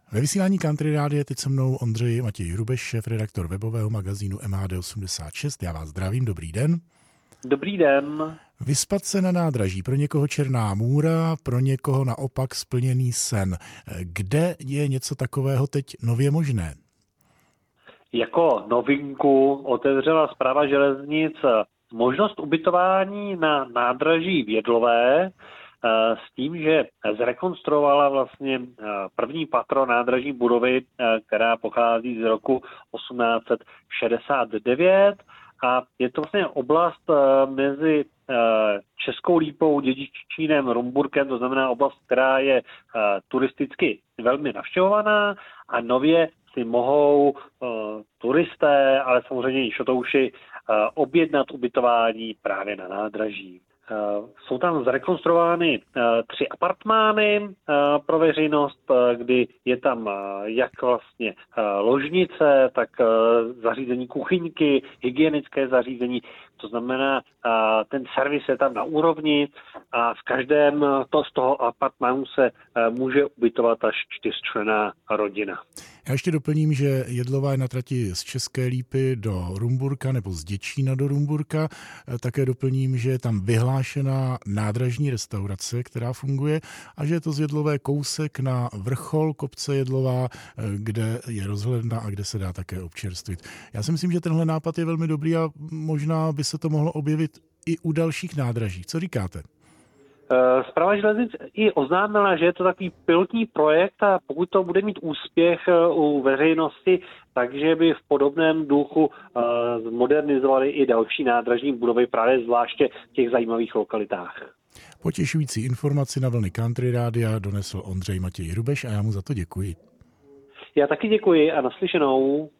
Ve vysílání Country Rádia je teď se mnou Ondřej Matěj Hrubeš, šéfredaktor webového magazínu MHD86. Já vás zdravím, dobrý den. Dobrý den. Vyspat se na nádraží, pro někoho černá můra, pro někoho naopak splněný sen. Kde je něco takového teď nově možné? Jako novinku otevřela Správa železnic možnost ubytování na nádraží v Jedlové s tím, že zrekonstruovala vlastně první patro nádražní budovy, která pochází z roku 1869 a je to vlastně oblast mezi Českou Lípou, Dědičínem, Rumburkem, to znamená oblast, která je turisticky velmi navštěvovaná a nově si mohou turisté, ale samozřejmě i šotouši objednat ubytování právě na nádraží. Jsou tam zrekonstruovány 3 apartmány pro veřejnost, kdy je tam jak vlastně ložnice, tak zařízení kuchyňky, hygienické zařízení. To znamená, ten servis je tam na úrovni a v každém z toho apartmánu se může ubytovat až 4členná rodina. Já ještě doplním, že Jedlová je na trati z České Lípy do Rumburka nebo z Děčína do Rumburka. Také doplním, že je tam vyhlášená nádražní restaurace, která funguje a že je to z Jedlové kousek na vrchol kopce Jedlová, kde je rozhledna a kde se dá také občerstvit. Já si myslím, že tenhle nápad je velmi dobrý a možná by se to mohlo objevit i u dalších nádraží. Co říkáte? Správa železnic i oznámila, že je to takový pilotní projekt a pokud to bude mít úspěch u veřejnosti, takže by v podobném duchu zmodernizovali i další nádražní budovy, právě zvláště v těch zajímavých lokalitách. Potěšující informaci na vlny Country Rádia donesl Ondřej Matěj Hrubeš a já mu za to děkuji. Já taky děkuji a naslyšenou.